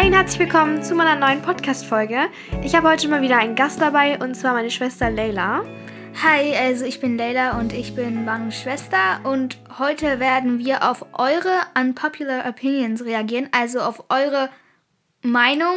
Hey und herzlich willkommen zu meiner neuen Podcast-Folge. Ich habe heute mal wieder einen Gast dabei, und zwar meine Schwester Leila. Hi, also ich bin Leila und ich bin Banus Schwester und heute werden wir auf eure unpopular opinions reagieren, also auf eure Meinungen.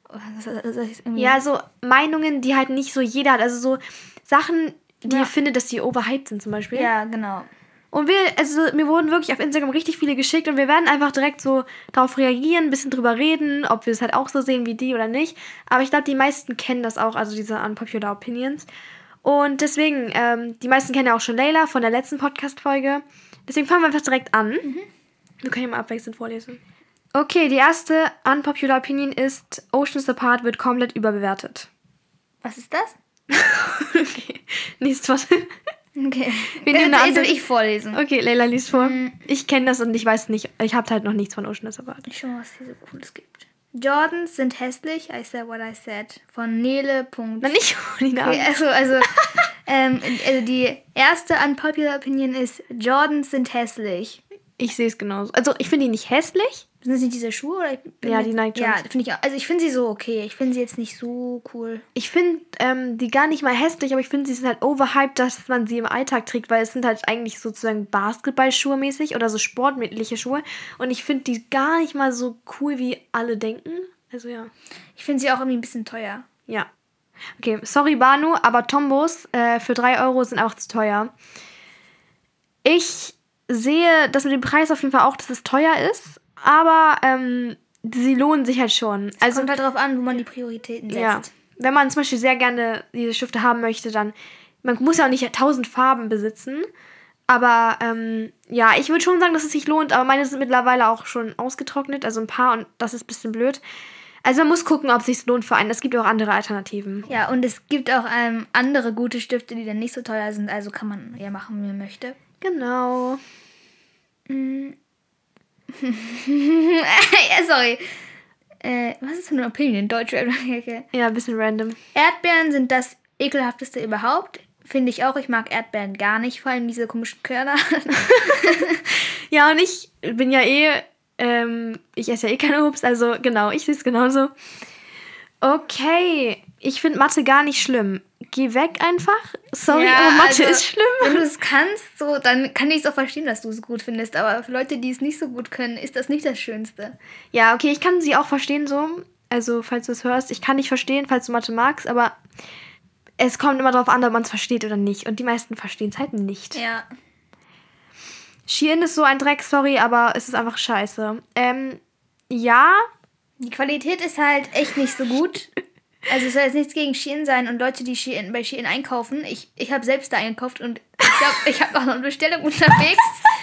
Ja, so Meinungen, die halt nicht so jeder hat, also so Sachen, die ihr findet, dass die overhyped sind zum Beispiel. Ja, genau. Und mir wurden wirklich auf Instagram richtig viele geschickt und wir werden einfach direkt so darauf reagieren, ein bisschen drüber reden, ob wir es halt auch so sehen wie die oder nicht. Aber ich glaube, die meisten kennen das auch, also diese unpopular opinions. Und deswegen, die meisten kennen ja auch schon Leila von der letzten Podcast-Folge. Deswegen fangen wir einfach direkt an. Wir können ja mal abwechselnd vorlesen. Okay, die erste unpopular opinion ist, Oceans Apart wird komplett überbewertet. Was ist das? Okay, nächstes Wort. Okay. Wir nehmen eine andere. Soll ich vorlesen? Okay, Leila liest vor. Ich kenne das und ich weiß nicht, ich habe halt noch nichts von Oceans Apart. Ich schau mal, was hier so Cooles gibt. Jordans sind hässlich, I said what I said. Von Nele. Na, nicht die Namen. Okay, also die erste unpopular opinion ist, Jordans sind hässlich. Ich sehe es genauso. Also, ich finde die nicht hässlich. Sind das nicht diese Schuhe? Oder Ja, die Nike Jones. Ja, finde ich auch. Also ich finde sie so okay. Ich finde sie jetzt nicht so cool. Ich finde die gar nicht mal hässlich, aber ich finde, sie sind halt overhyped, dass man sie im Alltag trägt, weil es sind halt eigentlich sozusagen Basketballschuhe mäßig oder so sportliche Schuhe. Und ich finde die gar nicht mal so cool, wie alle denken. Also ja. Ich finde sie auch irgendwie ein bisschen teuer. Ja. Okay, sorry Banu, aber Tombos für 3 Euro sind auch zu teuer. Ich sehe das mit dem Preis auf jeden Fall auch, dass es teuer ist, aber sie lohnen sich halt schon. Es kommt halt darauf an, wo man die Prioritäten setzt. Ja, wenn man zum Beispiel sehr gerne diese Stifte haben möchte, dann, man muss ja auch nicht 1000 Farben besitzen, aber ja, ich würde schon sagen, dass es sich lohnt, aber meine sind mittlerweile auch schon ausgetrocknet, also ein paar, und das ist ein bisschen blöd. Also man muss gucken, ob es sich lohnt für einen. Es gibt auch andere Alternativen. Ja, und es gibt auch andere gute Stifte, die dann nicht so teuer sind, also kann man ja machen, wie man möchte. Genau. Ja, sorry. Was ist für eine Opinion? Deutsch? Ja, ein bisschen random. Erdbeeren sind das ekelhafteste überhaupt. Finde ich auch. Ich mag Erdbeeren gar nicht, vor allem diese komischen Körner. Ja, und ich bin ja ich esse ja keinen Obst, also genau, ich sehe es genauso. Okay, ich finde Mathe gar nicht schlimm. Geh weg einfach. Sorry, Ja, aber Mathe also, ist schlimm. Wenn du es kannst, so, dann kann ich es auch verstehen, dass du es gut findest. Aber für Leute, die es nicht so gut können, ist das nicht das Schönste. Ja, okay, ich kann sie auch verstehen so. Also, falls du es hörst, ich kann dich verstehen, falls du Mathe magst, aber es kommt immer darauf an, ob man es versteht oder nicht. Und die meisten verstehen es halt nicht. Ja. Shein ist so ein Dreck, sorry, aber es ist einfach scheiße. Ja. Die Qualität ist halt echt nicht so gut. Also es soll jetzt nichts gegen Shein sein und Leute, die bei Shein einkaufen. Ich habe selbst da eingekauft und ich glaube, ich habe auch noch eine Bestellung unterwegs.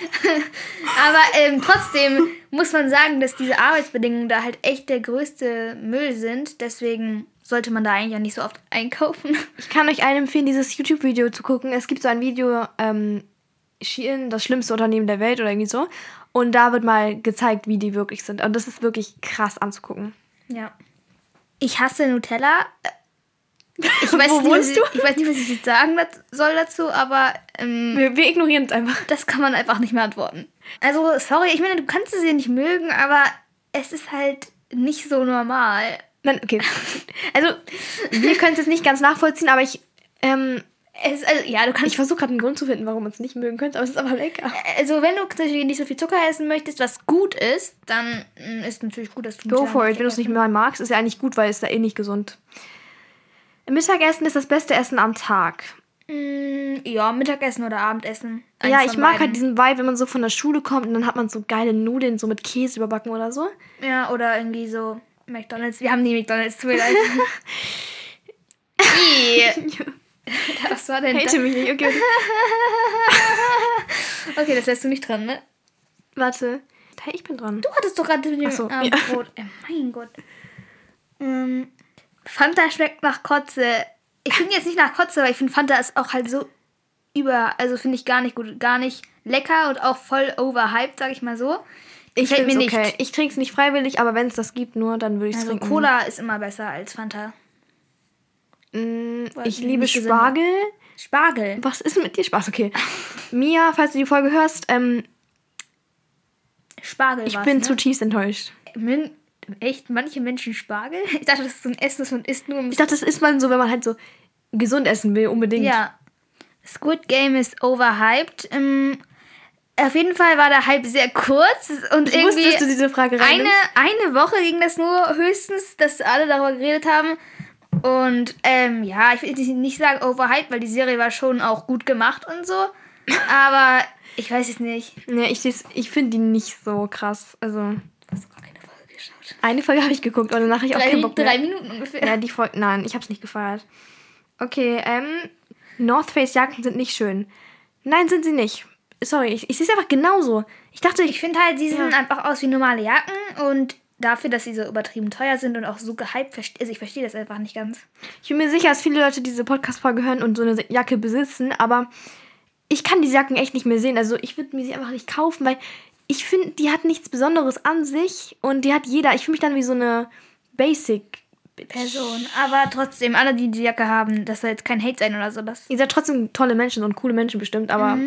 Aber trotzdem muss man sagen, dass diese Arbeitsbedingungen da halt echt der größte Müll sind. Deswegen sollte man da eigentlich auch nicht so oft einkaufen. Ich kann euch allen empfehlen, dieses YouTube-Video zu gucken. Es gibt so ein Video, Shein, das schlimmste Unternehmen der Welt oder irgendwie so. Und da wird mal gezeigt, wie die wirklich sind. Und das ist wirklich krass anzugucken. Ja. Ich hasse Nutella. Ich Wo wohnst du? Ich weiß nicht, was ich jetzt sagen soll dazu, aber wir ignorieren es einfach. das kann man einfach nicht mehr antworten. Also, sorry, ich meine, du kannst es ja nicht mögen, aber es ist halt nicht so normal. Nein, okay. Also, wir können es jetzt nicht ganz nachvollziehen, aber ich versuche gerade einen Grund zu finden, warum man es nicht mögen könnte, aber es ist aber lecker. Also, wenn du natürlich nicht so viel Zucker essen möchtest, was gut ist, dann ist natürlich gut, dass du Go for it. Wenn du es nicht mehr magst, ist ja eigentlich gut, weil es ist ja eh nicht gesund. Mittagessen ist das beste Essen am Tag. Ja, Mittagessen oder Abendessen. Ja, ich mag halt diesen Vibe, wenn man so von der Schule kommt und dann hat man so geile Nudeln so mit Käse überbacken oder so. Ja, oder irgendwie so McDonald's. Wir haben nie McDonald's, tut mir leid. Was war denn das? Hate mich nicht, okay. Okay, das lässt du nicht dran, ne? Warte. Hey, ich bin dran. Du hattest doch gerade mit dem so, Brot. Mein Gott. Fanta schmeckt nach Kotze. Ich finde jetzt nicht nach Kotze, aber ich finde Fanta ist auch halt so also finde ich gar nicht gut. Gar nicht lecker und auch voll overhyped, sag ich mal so. Ich finde es okay. Ich trinke es nicht freiwillig, aber wenn es das gibt nur, dann würde ich es trinken. Cola ist immer besser als Fanta. Ich liebe Spargel. Spargel? Was ist mit dir? Spaß, okay. Mia, falls du die Folge hörst, Spargel ich bin zutiefst enttäuscht. Echt? Manche Menschen Spargel? Ich dachte, das ist so ein Essen, das man isst nur... Ich dachte, das isst man so, wenn man halt so gesund essen will, unbedingt. Ja. Squid Game ist overhyped. Auf jeden Fall war der Hype sehr kurz und Ich irgendwie wusste, dass du diese Frage reinnimmst. eine Woche ging das nur höchstens, dass alle darüber geredet haben. Und ja, ich will nicht sagen overhyped, weil die Serie war schon auch gut gemacht und so. Aber ich weiß es nicht. Ja, ich finde die nicht so krass. Also, Hast du gar keine Folge geschaut? eine Folge habe ich geguckt und danach habe ich auch keinen Bock mehr. 3 Minuten ungefähr. Ja, die Folge, nein, ich habe es nicht gefeiert. Okay, North Face Jacken sind nicht schön. Nein, sind sie nicht. Sorry, ich sehe es einfach genauso. Ich dachte, Ich finde halt, die sehen einfach aus wie normale Jacken und dafür, dass sie so übertrieben teuer sind und auch so gehypt, also ich verstehe das einfach nicht ganz. Ich bin mir sicher, dass viele Leute diese Podcast-Folge hören und so eine Jacke besitzen, aber ich kann diese Jacken echt nicht mehr sehen. Also ich würde mir sie einfach nicht kaufen, weil ich finde, die hat nichts Besonderes an sich und die hat jeder. Ich fühle mich dann wie so eine Person. Aber trotzdem, alle, die die Jacke haben, das soll jetzt kein Hate sein oder sowas. Ihr seid trotzdem tolle Menschen und coole Menschen bestimmt, aber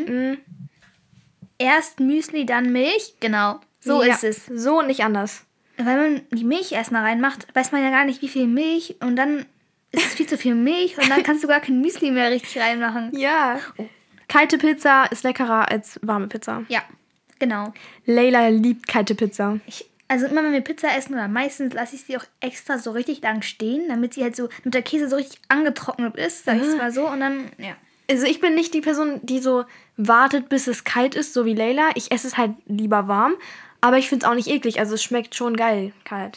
Erst Müsli, dann Milch. Genau. So ja, ist es. So und nicht anders. Wenn man die Milch erstmal reinmacht, weiß man ja gar nicht, wie viel Milch. Und dann ist es viel zu viel Milch. Und dann kannst du gar kein Müsli mehr richtig reinmachen. Ja. Kalte Pizza ist leckerer als warme Pizza. Ja, genau. Leila liebt kalte Pizza. Also immer wenn wir Pizza essen, oder meistens lasse ich sie auch extra so richtig lang stehen, damit sie halt so mit der Käse so richtig angetrocknet ist, sag ich es mal so. Und dann, ja. Also ich bin nicht die Person, die so wartet, bis es kalt ist, so wie Leila. Ich esse es halt lieber warm. Aber ich finde es auch nicht eklig. Also es schmeckt schon geil, kalt.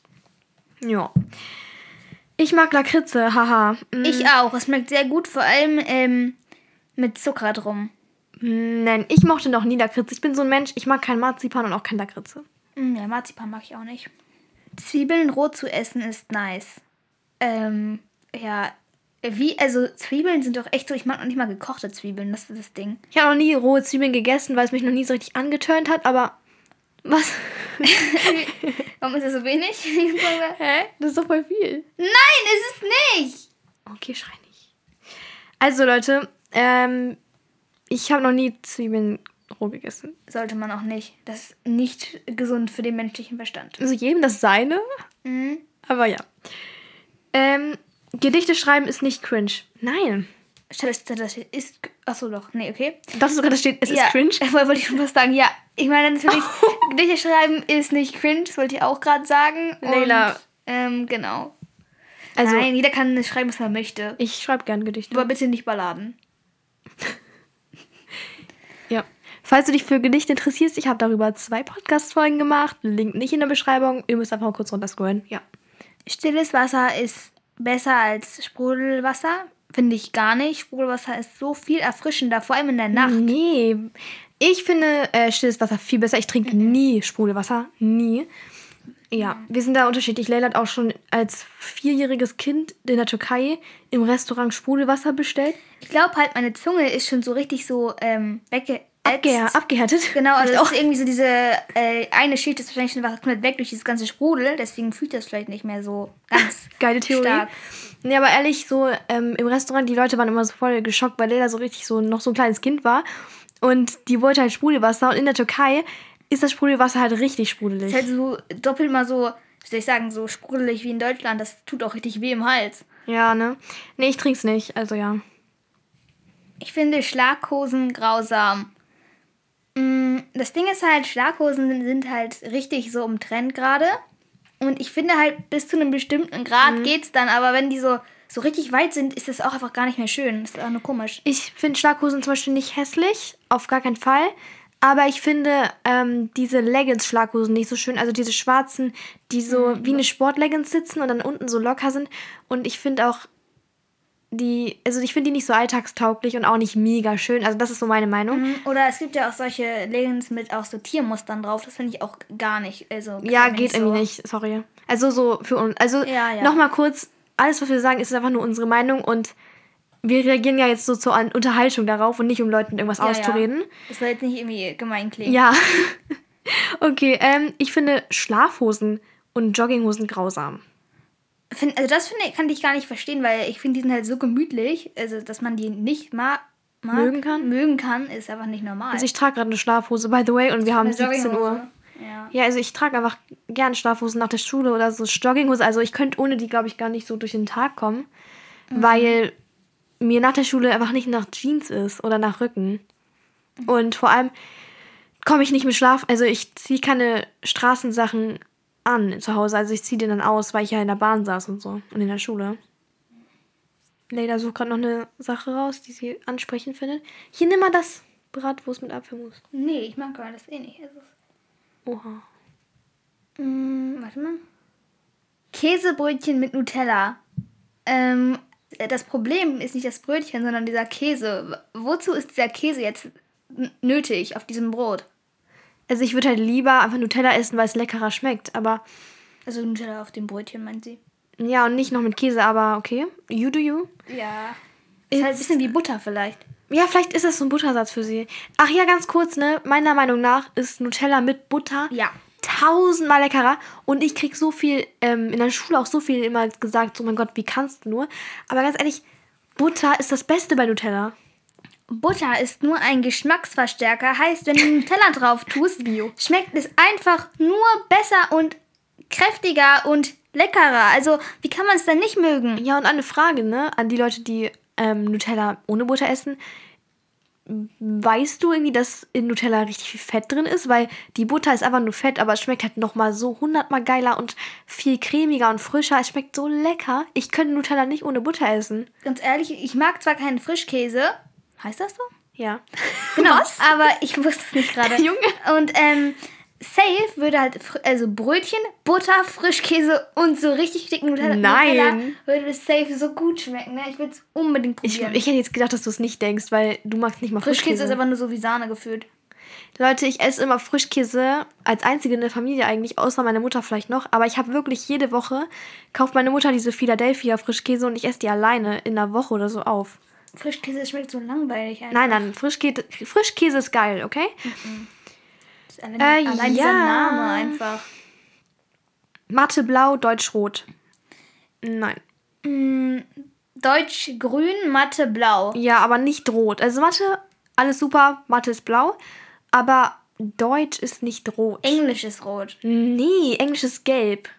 Ja. Ich mag Lakritze, haha. Ich auch. Es schmeckt sehr gut, vor allem mit Zucker drum. Nein, ich mochte noch nie Lakritze. Ich bin so ein Mensch, ich mag kein Marzipan und auch kein Lakritze. Ja, Marzipan mag ich auch nicht. Zwiebeln roh zu essen ist nice. Ja, also Zwiebeln sind doch echt so, ich mag noch nicht mal gekochte Zwiebeln, das ist das Ding. Ich habe noch nie rohe Zwiebeln gegessen, weil es mich noch nie so richtig angeturnt hat, aber was? Warum ist das so wenig? Hä? Das ist doch voll viel. Nein, ist es nicht! Okay, schrei nicht. Also Leute, ich habe noch nie Zwiebeln roh gegessen. Sollte man auch nicht. Das ist nicht gesund für den menschlichen Verstand. Also jedem das seine. Aber ja. Gedichte schreiben ist nicht cringe. Nein. Das ist... Achso, doch. Nee, okay. Das sogar da steht, es ist cringe. Wollte ich schon was sagen. Ja, ich meine natürlich, Gedichte schreiben ist nicht cringe. Das wollte ich auch gerade sagen. Leila. Und, genau. Also, nein, jeder kann schreiben, was man möchte. Ich schreibe gern Gedichte. Aber bitte nicht Balladen. Ja. Falls du dich für Gedichte interessierst, ich habe darüber 2 Podcast-Folgen gemacht. Link nicht in der Beschreibung. Ihr müsst einfach mal kurz runterscrollen. Ja. Stilles Wasser ist besser als Sprudelwasser. Finde ich gar nicht. Sprudelwasser ist so viel erfrischender, vor allem in der Nacht. Nee. Ich finde stilles Wasser viel besser. Ich trinke nie Sprudelwasser. Nie. Ja, wir sind da unterschiedlich. Leila hat auch schon als 4-jähriges Kind in der Türkei im Restaurant Sprudelwasser bestellt. Ich glaube halt, meine Zunge ist schon so richtig so Abgehärtet. Genau, also auch. das ist irgendwie so diese eine Schicht ist wahrscheinlich schon komplett weg durch dieses ganze Sprudel. Deswegen fühlt das vielleicht nicht mehr so ganz Geile Theorie. stark. Nee, aber ehrlich, so im Restaurant, die Leute waren immer so voll geschockt, weil Leila so richtig so noch so ein kleines Kind war. Und die wollte halt Sprudelwasser. Und in der Türkei ist das Sprudelwasser halt richtig sprudelig. Ist halt so doppelt mal so, wie soll ich sagen, so sprudelig wie in Deutschland. Das tut auch richtig weh im Hals. Ja, ne? Nee, ich trink's nicht, also ja. Ich finde Schlaghosen grausam. Das Ding ist halt, Schlaghosen sind halt richtig so im Trend gerade. Und ich finde halt, bis zu einem bestimmten Grad geht's dann. Aber wenn die so richtig weit sind, ist das auch einfach gar nicht mehr schön. Das ist auch nur komisch. Ich finde Schlaghosen zum Beispiel nicht hässlich, auf gar keinen Fall. Aber ich finde diese Leggings-Schlaghosen nicht so schön. Also diese schwarzen, die so wie eine Sportleggings sitzen und dann unten so locker sind. Und ich finde auch ich finde die nicht so alltagstauglich und auch nicht mega schön. Also das ist so meine Meinung. Oder es gibt ja auch solche Leggings mit auch so Tiermustern drauf. Das finde ich auch gar nicht. Also Ja, geht irgendwie nicht, sorry. Also so für uns. Also Ja. nochmal kurz, alles was wir sagen, ist einfach nur unsere Meinung und wir reagieren ja jetzt so zur Unterhaltung darauf und nicht um Leuten irgendwas auszureden. Das soll jetzt nicht irgendwie gemein klingen. Ja. Okay, ich finde Schlafhosen und Jogginghosen grausam. Also das kann ich gar nicht verstehen, weil ich finde, die sind halt so gemütlich, also dass man die nicht mögen kann, ist einfach nicht normal. Also ich trage gerade eine Schlafhose, by the way, und wir haben Eine 17 Uhr. Jogginghose. Ja. Ja, also ich trage einfach gern Schlafhosen nach der Schule oder so Jogginghose. Also ich könnte ohne die, glaube ich, gar nicht so durch den Tag kommen, weil mir nach der Schule einfach nicht nach Jeans ist oder nach Rücken. Und vor allem komme ich nicht mit also ich ziehe keine Straßensachen an zu Hause. Also ich ziehe den dann aus, weil ich ja in der Bahn saß und so und in der Schule. Leila sucht gerade noch eine Sache raus, die sie ansprechend findet. Hier, nimm mal das Bratwurst mit Apfelmus. Nee, ich mag gar das eh nicht. Also, Oha. warte mal. Käsebrötchen mit Nutella. Das Problem ist nicht das Brötchen, sondern dieser Käse. Wozu ist dieser Käse jetzt nötig auf diesem Brot? Also ich würde halt lieber einfach Nutella essen, weil es leckerer schmeckt. Aber Also Nutella auf dem Brötchen, meint sie. ja, und nicht noch mit Käse, aber okay. You do you. Ja. Ist halt ein bisschen wie Butter vielleicht. Ja, vielleicht ist das so ein Buttersatz für sie. Ach ja, ganz kurz, ne? Meiner Meinung nach ist Nutella mit Butter Ja. 1000-mal leckerer. Und ich krieg so viel, in der Schule auch so viel immer gesagt, so mein Gott, wie kannst du nur? Aber ganz ehrlich, Butter ist das Beste bei Nutella. Butter ist nur ein Geschmacksverstärker. Heißt, wenn du Nutella drauf tust, schmeckt es einfach nur besser und kräftiger und leckerer. Also, wie kann man es denn nicht mögen? Ja, und eine Frage, ne? An die Leute, die Nutella ohne Butter essen. Weißt du irgendwie, dass in Nutella richtig viel Fett drin ist? Weil die Butter ist einfach nur Fett, aber es schmeckt halt nochmal so 100-mal geiler und viel cremiger und frischer. Es schmeckt so lecker. Ich könnte Nutella nicht ohne Butter essen. Ganz ehrlich, ich mag zwar keinen Frischkäse. Heißt das so? Ja. Genau. Was? Aber ich wusste es nicht gerade. Junge. Und safe würde halt, also Brötchen, Butter, Frischkäse und so richtig dicken Nutella, Nein. würde das safe so gut schmecken. Ne? Ich würde es unbedingt Ich probieren. hätte jetzt gedacht, dass du es nicht denkst, weil du magst nicht mal Frischkäse ist Frischkäse. aber nur so wie Sahne gefühlt. Leute, ich esse immer Frischkäse als einzige in der Familie eigentlich, außer meine Mutter vielleicht noch. Aber ich habe wirklich jede Woche, kauft meine Mutter diese Philadelphia Frischkäse und ich esse die alleine in einer Woche oder so auf. Frischkäse schmeckt so langweilig einfach. Nein, Frischkäse ist geil, okay? Allein dieser Name einfach. Mathe blau, Deutsch rot. Nein. Deutsch grün, Mathe blau. Ja, aber nicht rot. Also Mathe, alles super, Mathe ist blau. Aber Deutsch ist nicht rot. Englisch ist rot. Nee, Englisch ist gelb.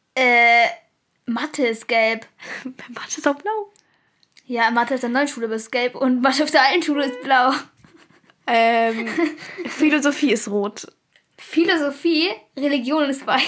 Mathe ist gelb. Mathe ist auch blau. Ja, Mathe auf der neuen Schule ist gelb und Mathe auf der alten Schule ist blau. Philosophie ist rot. Philosophie, Religion ist weiß.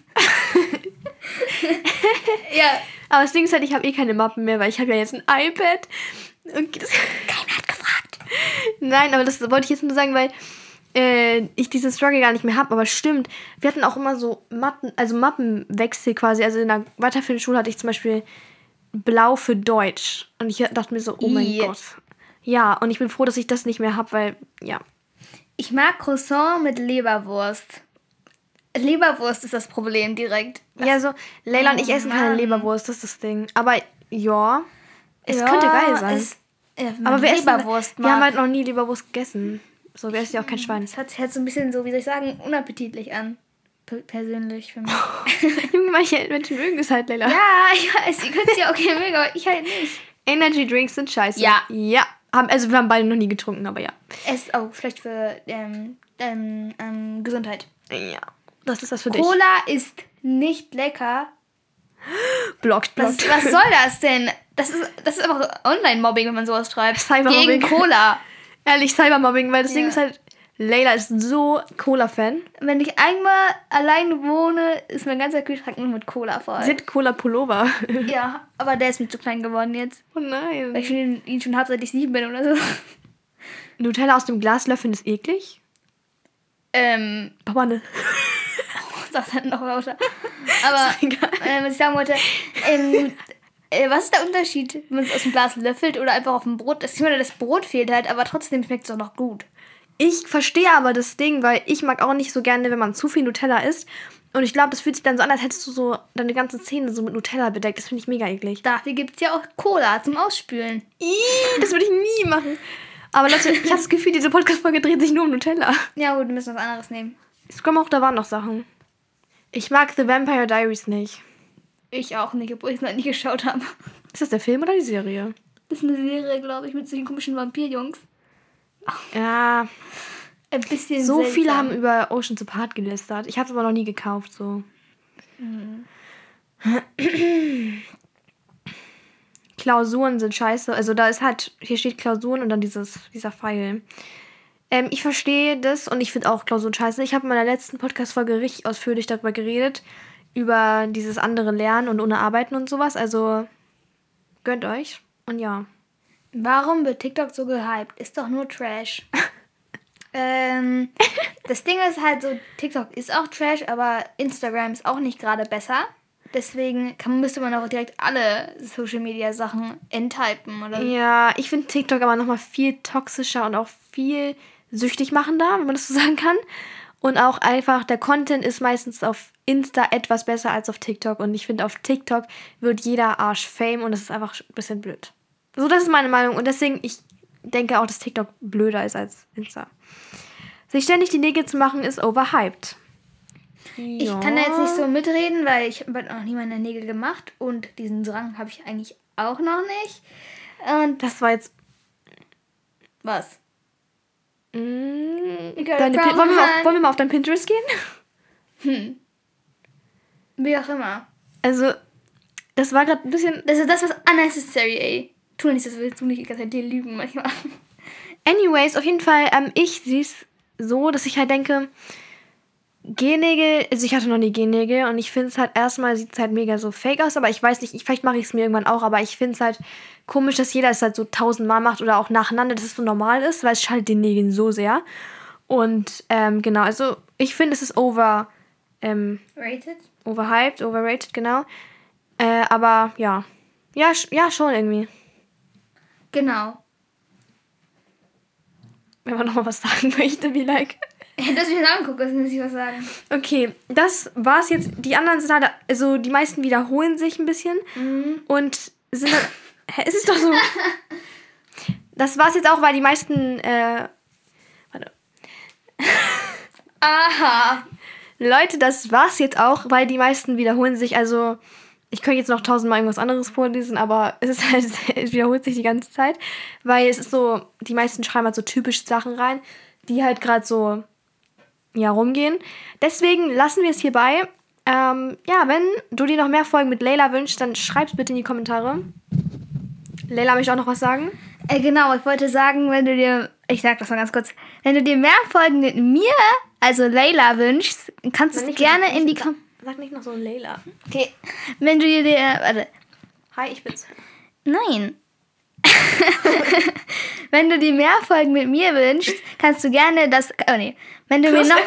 Ja. Aber das Ding ist halt, ich habe eh keine Mappen mehr, weil ich habe ja jetzt ein iPad. Und Keiner hat gefragt. Nein, aber das wollte ich jetzt nur sagen, weil ich diesen Struggle gar nicht mehr habe. Aber stimmt, wir hatten auch immer so Mappenwechsel quasi. Also in der weiterführenden Schule hatte ich zum Beispiel blau für Deutsch. Und ich dachte mir so, oh mein Gott. Ja, und ich bin froh, dass ich das nicht mehr habe, weil, ja. Ich mag Croissant mit Leberwurst. Leberwurst ist das Problem direkt. Ja, so, Leila und ich essen keine Leberwurst, das ist das Ding. Aber, ja, es könnte geil sein. Aber wir haben halt noch nie Leberwurst gegessen. So, wir essen ja auch kein Schwein. Das hört sich halt so ein bisschen so, wie soll ich sagen, unappetitlich an. Persönlich für mich. Junge, manche Menschen mögen es halt, Leila. Ja, ich weiß, ihr könnt es ja auch gerne mögen, aber ich halt nicht. Energy Drinks sind scheiße. Ja. Ja. Also wir haben beide noch nie getrunken, aber ja. Es ist auch schlecht für Gesundheit. Ja. Das ist das für dich. Cola ist nicht lecker. Blockt. Was soll das denn? Das ist einfach Online-Mobbing, wenn man sowas schreibt. Cybermobbing. Gegen Cola. Ehrlich, Cybermobbing, weil das Ding ist halt, Leila ist so Cola-Fan. Wenn ich einmal allein wohne, ist mein ganzer Kühlschrank nur mit Cola voll. Sie hat Cola-Pullover. Ja, aber der ist mir zu klein geworden jetzt. Oh nein. Weil ich ihn schon habe, seit ich 7 bin oder so. Nutella aus dem Glas löffeln ist eklig? Papa, ne? Sag dann noch lauter. Aber, was ich sagen wollte, was ist der Unterschied, wenn man es aus dem Glas löffelt oder einfach auf dem Brot? Ich meine, das Brot fehlt halt, aber trotzdem schmeckt es auch noch gut. Ich verstehe aber das Ding, weil ich mag auch nicht so gerne, wenn man zu viel Nutella isst. Und ich glaube, das fühlt sich dann so an, als hättest du so deine ganze Zähne so mit Nutella bedeckt. Das finde ich mega eklig. Dafür gibt es ja auch Cola zum Ausspülen. Das würde ich nie machen. Aber Leute, ich habe das Gefühl, diese Podcast-Folge dreht sich nur um Nutella. Ja gut, wir müssen was anderes nehmen. Ich glaube auch, da waren noch Sachen. Ich mag The Vampire Diaries nicht. Ich auch nicht, obwohl ich es noch nie geschaut habe. Ist das der Film oder die Serie? Das ist eine Serie, glaube ich, mit solchen komischen Vampirjungs. Ja. ein bisschen So seltsam. viele haben über Ocean's Apart gelästert. Ich habe es aber noch nie gekauft, so. Klausuren sind scheiße. Also da ist halt, hier steht Klausuren und dann dieser Pfeil. Ich verstehe das und ich finde auch Klausuren scheiße. Ich habe in meiner letzten Podcast-Folge richtig ausführlich darüber geredet. Über dieses andere Lernen und ohne Arbeiten und sowas. Also gönnt euch. Und ja. Warum wird TikTok so gehypt? Ist doch nur Trash. Das Ding ist halt so, TikTok ist auch Trash, aber Instagram ist auch nicht gerade besser. Deswegen müsste man auch direkt alle Social-Media-Sachen enttypen, oder? Ja, ich finde TikTok aber nochmal viel toxischer und auch viel süchtig machender, wenn man das so sagen kann. Und auch einfach, der Content ist meistens auf Insta etwas besser als auf TikTok. Und ich finde, auf TikTok wird jeder Arsch Fame und das ist einfach ein bisschen blöd. So, das ist meine Meinung. Und deswegen, ich denke auch, dass TikTok blöder ist als Insta. Sich ständig die Nägel zu machen, ist overhyped. Ich kann da jetzt nicht so mitreden, weil ich habe noch nie meine Nägel gemacht. Und diesen Drang habe ich eigentlich auch noch nicht. Und das war jetzt... Was? Wollen wir mal auf dein Pinterest gehen? Wie auch immer. Also, das war gerade ein bisschen... Das ist das, was unnecessary, ey. Tu nicht, das willst du nicht die ganze Zeit dir lügen manchmal. Anyways, auf jeden Fall, ich sehe es so, dass ich halt denke, Gennägel, also ich hatte noch nie Gennägel und ich finde es halt erstmal, sieht es halt mega so fake aus, aber ich weiß nicht, vielleicht mache ich es mir irgendwann auch, aber ich finde es halt komisch, dass jeder es halt so 1000-mal macht oder auch nacheinander, dass es so normal ist, weil es schadet den Nägeln so sehr. Und genau, also ich finde, es ist overhyped, genau. Aber ja, schon irgendwie. Genau. Wenn man nochmal was sagen möchte, wie like. Dass ich das angucke, das muss ich was sagen. Okay, das war's jetzt. Die anderen sind halt, also die meisten wiederholen sich ein bisschen und sind dann, es ist doch so. Das war's jetzt auch, weil die meisten, warte. Aha. Leute, das war's jetzt auch, weil die meisten wiederholen sich, also ich könnte jetzt noch 1000-mal irgendwas anderes vorlesen, aber es ist halt, es wiederholt sich die ganze Zeit, weil es ist so, die meisten schreiben halt so typische Sachen rein, die halt gerade so, ja, rumgehen. Deswegen lassen wir es hierbei. Wenn du dir noch mehr Folgen mit Layla wünschst, dann schreib's bitte in die Kommentare. Layla, möchte auch noch was sagen? Genau, ich wollte sagen, ich sag das mal ganz kurz, wenn du dir mehr Folgen mit mir, also Layla, wünschst, kannst du es gerne in die Kommentare. Sag nicht noch so Layla. Okay. Wenn du dir warte. Hi, ich bin's. Nein. Wenn du dir mehr Folgen mit mir wünschst, kannst du gerne das... Oh nee. Wenn du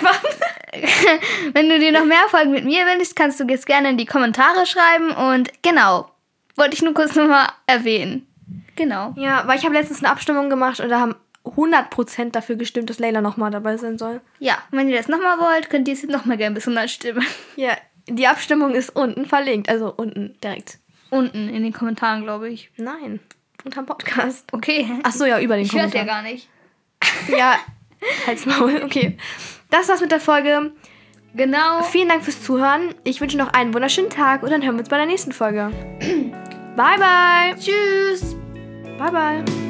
dir noch mehr Folgen mit mir wünschst, kannst du es gerne in die Kommentare schreiben. Und genau. Wollte ich nur kurz nochmal erwähnen. Genau. Ja, weil ich habe letztens eine Abstimmung gemacht und da haben 100% dafür gestimmt, dass Layla nochmal dabei sein soll. Ja, wenn ihr das nochmal wollt, könnt ihr es nochmal gerne bis 100 stimmen. Ja, die Abstimmung ist unten verlinkt. Also unten direkt. Unten in den Kommentaren, glaube ich. Nein, unterm Podcast. Okay. Ach so, ja, über den Ich hör's Kommentar. ja gar nicht. Ja, halt's Maul. Okay. Das war's mit der Folge. Genau. Vielen Dank fürs Zuhören. Ich wünsche noch einen wunderschönen Tag und dann hören wir uns bei der nächsten Folge. Bye, bye. Tschüss. Bye, bye.